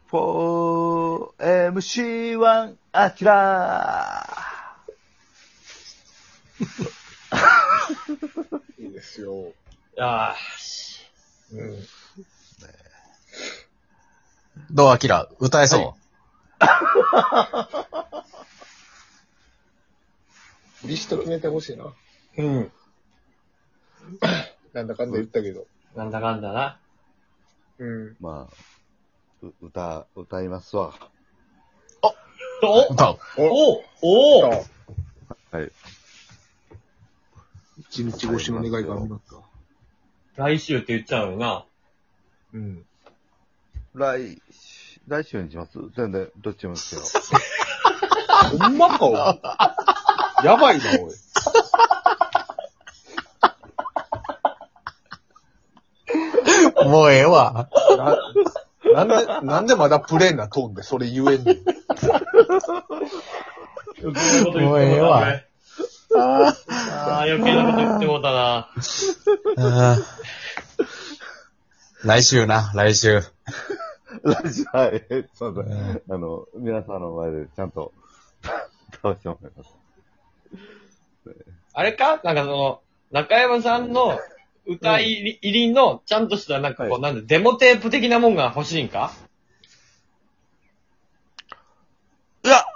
4MC1 アキラいいですよ。 よーし。 どうアキラ、歌えそう、 リスト決めてほしいな。 うん。 なんだかんだ言ったけど。 なんだかんだな。 うん。 まあ、歌いますわ。 歌う。 おさあ、 はい。 一日越しの願いが叶った。 来週って言っちゃうよな。 うん。 来週にします全然、どっちもですよ。 ほんまか、おい。やばいな、おい。 もうええわ。 なんでまだプレーンなトーンでそれ言えんの？ もうええわ。 ああ、余計なこと言ってもうたな。 来週な、来週。 はい。そうだ。皆さんの前でちゃんと、倒してもらいます。 あれかなんかその、中山さんの歌入りの、ちゃんとしたなんかこう、なんだ、デモテープ的なもんが欲しいんか？ いや、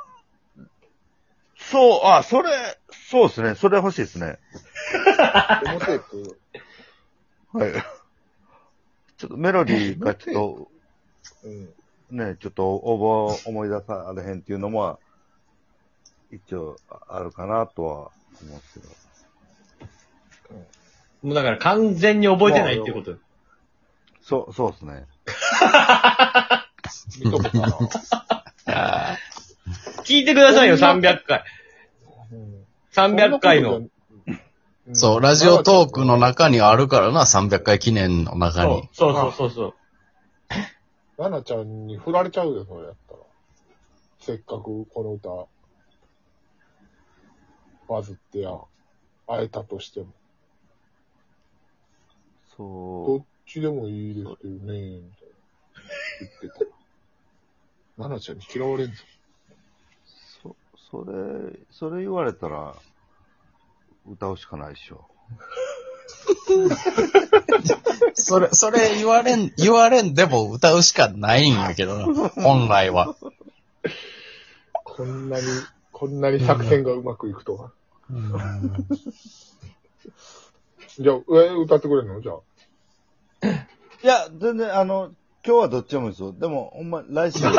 そうですね。それ欲しいですね。 デモテープ。 はい。ちょっとメロディーがちょっと、 うん。 ね、ちょっと思い出されへんっていうのも、一応あるかなとは思うんですけど。 もうだから完全に覚えてないってこと。 そうですね。 見とこかな。 聞いてくださいよ、300回。300回の。 そう、ラジオトークの中にあるからな、300回記念の中に。 そう。 ナナちゃんに振られちゃうよ、それやったら。せっかくこの歌、バズって会えたとしても。どっちでもいいですけどね、みたいな。言ってた。ナナちゃんに嫌われんぞ。 それ言われたら、歌うしかないでしょ。 それ言われんでも歌うしかないんやけどな、本来は。 こんなに作戦がうまくいくとは。じゃあ、歌ってくれるのじゃあ。 いや、全然、今日はどっちでもいいですよ。でも、ほんま、来週。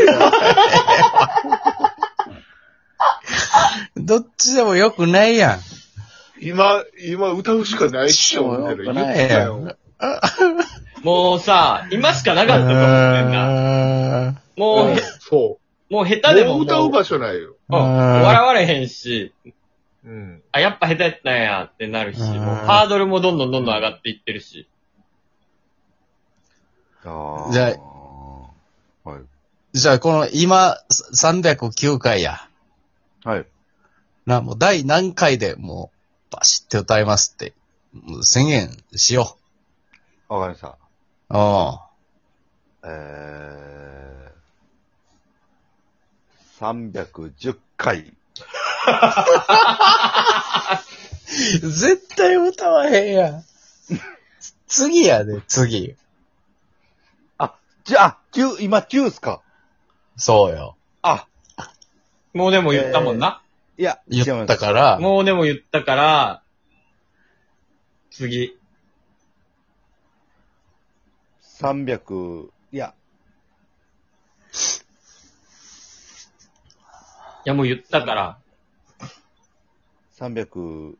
どっちでもよくないやん。 今歌うしかないっしょ、みたいな言ってたよ。 もうさ、今しかなかったと思ってんな。 そう。 もう下手でも。 もう歌う場所ないよ。 笑われへんし。 うん。 あ、やっぱ下手やったんやってなるし、もうハードルもどんどん上がっていってるし。 じゃあ、 はい。 じゃあこの今、309回や。 はい。 もう第何回でもう、バシッて歌いますって、もう宣言しよわかりました。310回。 絶対歌わへんやん。次やで、次。 今9っすか？ そうよ。 もうでも言ったもんな。 いや、 言ったから。 もうでも言ったから、次。 300、いや。 いやもう言ったから。 315。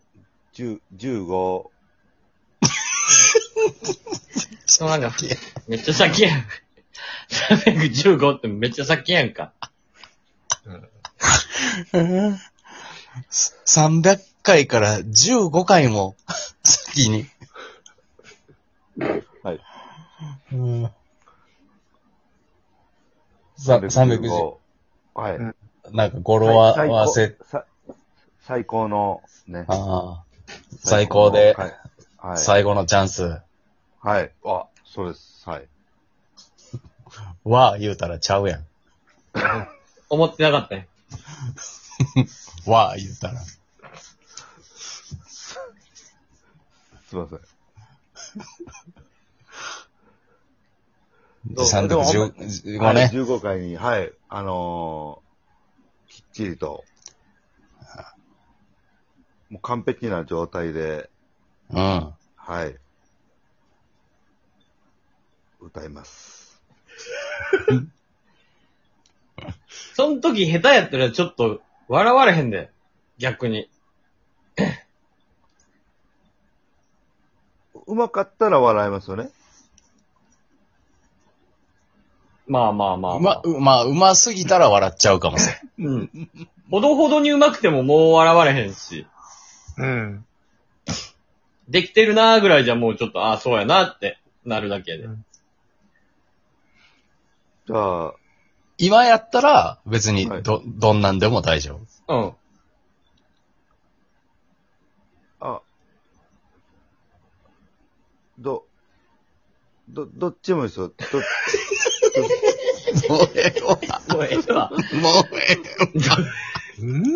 なんか、めっちゃ先やん。315ってめっちゃ先やんか。 300回から15回も先に。 はい。 310。 はい。 なんか語呂合わせ。 最高のね。 最高で、 はい、 最後のチャンス。 はい。そうです。はい。 わー言うたらちゃうやん。 思ってなかったね。 わー言うたら。 すいません。 315 はい、 ね。 15回に、はい、きっちりと、もう完璧な状態で、 うん。 はい、歌います。 その時下手やったらちょっと笑われへんで。逆に。 うまかったら笑いますよね。 まあまあまあ、 うますぎたら笑っちゃうかもしれん。 うん。ほどほどにうまくてももう笑われへんし。 うん。 できてるなーぐらいじゃもうちょっと、ああ、そうやなってなるだけで。 じゃあ、 今やったら別にはいどんなんでも大丈夫。 うん。 あ、どっちもいいですよ。 もうええわ。 もうええわ。 もうええわ。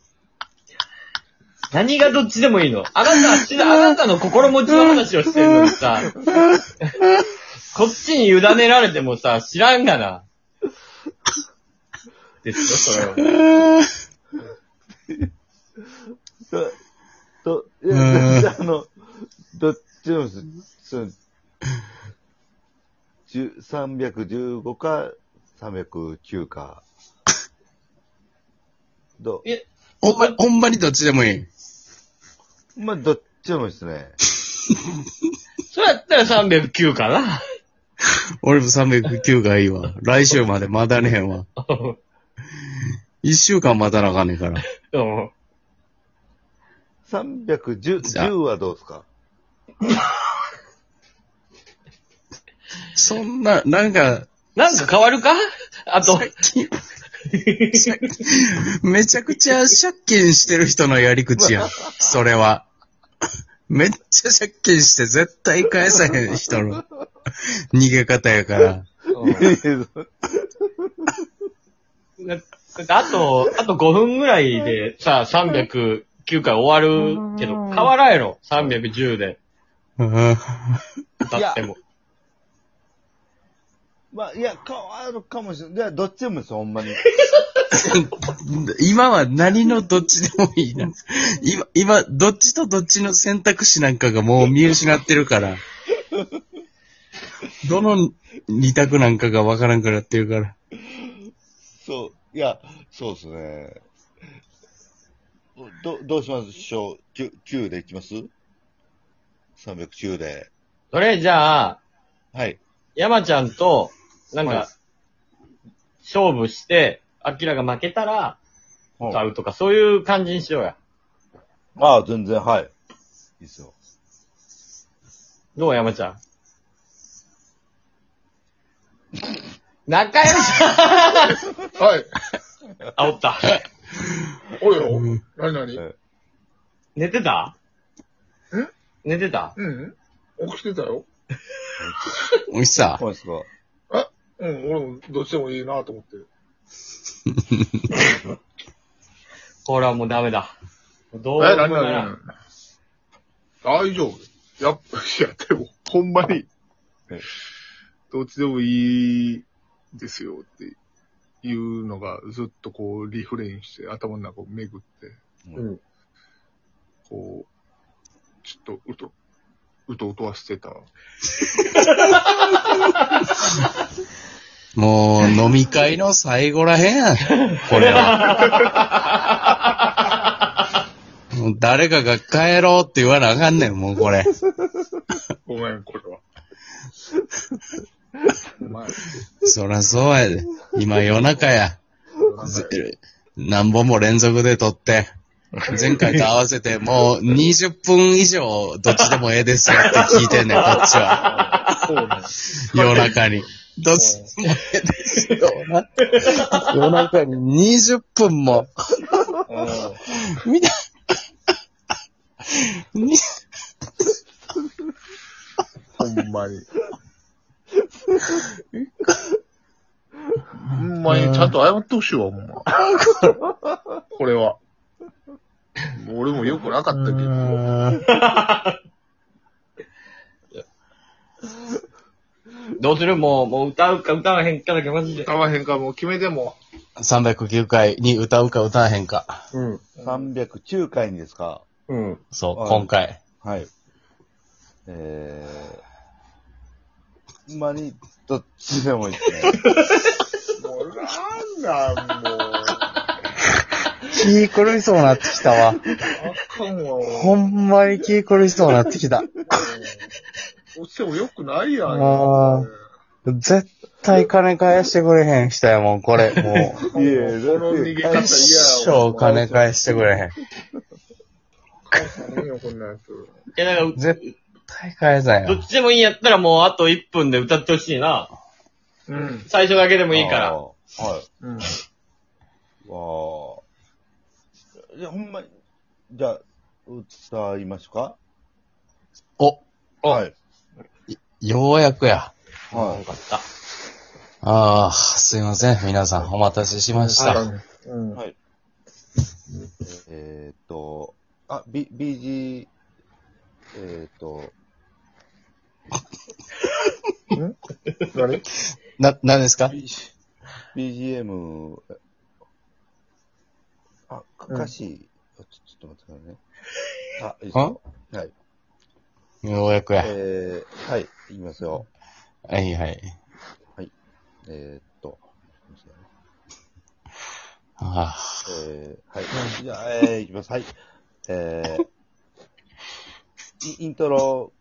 何がどっちでもいいの？あなたの心持ちの話をしてるのにさ、こっちに委ねられてもさ、知らんがな。ですよ、それは。 いや、じゃあどっちもです。315か、309か。 え、 ほんまにどっちでもいい。 まあ、どっちでもいいですね。 そうやったら309かな。 俺も309がいいわ。来週まで待たねへんわ。1週間待たなあかんねんから。 うん。 310はどうですか？ そんな、なんか変わるか？あと、 最近めちゃくちゃ借金してる人のやり口やん。それは。めっちゃ借金して絶対返さへん人の逃げ方やから。 あと5分ぐらいでさ、309回終わるけど、変わらんやろ。310で歌っても。 まあ、いや、変わるかもしれない。いや、どっちでもですよ、ほんまに。 今は何のどっちでもいいな。今、どっちとどっちの選択肢なんかがもう見失ってるから。どの二択なんかがわからんくなってるから。 そう、いや、そうですね。どうしましょう ?9 でいきます ?309 で。 それじゃあ、 はい。 山ちゃんと、なんはいか、勝負して、アキラが負けたら、歌うとか、そういう感じにしようや。 ああ、全然、はい。いいっすよ。 どう山ちゃん。中山さはい。 んあ、おった。 おいよ。なになに？ 寝てた？ え？ 寝てた？ うん。起きてたよ。 おいしさ。 そうですか。 うん、俺もどっちでもいいなと思って。 これはもうダメだ。どうにもならん。 大丈夫。いや、でも、ほんまに、どっちでもいいですよっていうのがずっとこうリフレインして頭の中を巡って、 うん。 こう、ちょっとうとうとはしてた。 もう飲み会の最後らへんやん。これは。もう誰かが帰ろうって言わなあかんねん、もうこれ。 ごめん、これは。お前、 そらそうやで。今夜中や。何本も連続で撮って。前回と合わせてもう20分以上どっちでもええですよって聞いてんねん、こっちは。 そうね。 夜中に。どっちでもええですよな。夜中に20分も。みんな、 ほんまに。 まにちゃんと謝ってほしいわ、ほんま。これは。俺もよくなかったけど。 どうするもう歌うか歌わへんかだけマジで。 歌わへんかもう決めても。 309回に歌うか歌わへんか。 うん。 309回にですか？ うん。 そう、 はい今回。 はい。ほんまに、どっちでもいいですね。 もうなんだ、もう。 気狂いそうになってきたわ。 あかんわ。 ほんまに気狂いそうになってきた。 どうしてもよくないやん。 あ絶対金返してくれへん人やもん、これ。もう。 いやいや、 この逃げ方嫌やわ。 一生金返してくれへん。 返さねえよ、こんなやつ。 いや、なんか、 絶対返さんよ。 どっちでもいいんやったらもうあと1分で歌ってほしいな。 うん。 最初だけでもいいから。 はい。 うん。 わあ。じゃあ、ほんまに、じゃあ、歌いましょうか？ お、 はい。 ようやくや。 はよかった。 ああ、すいません。皆さん、お待たせしました。 うん。 はい。BG、 何何ですか？ BGM、歌詞、ちょっと待ってくださいね。あ、いいですよ。はい。 ようやくや。 はい、いきますよ。 はいはい。あはい。じゃあ、いきます。はい。イントロ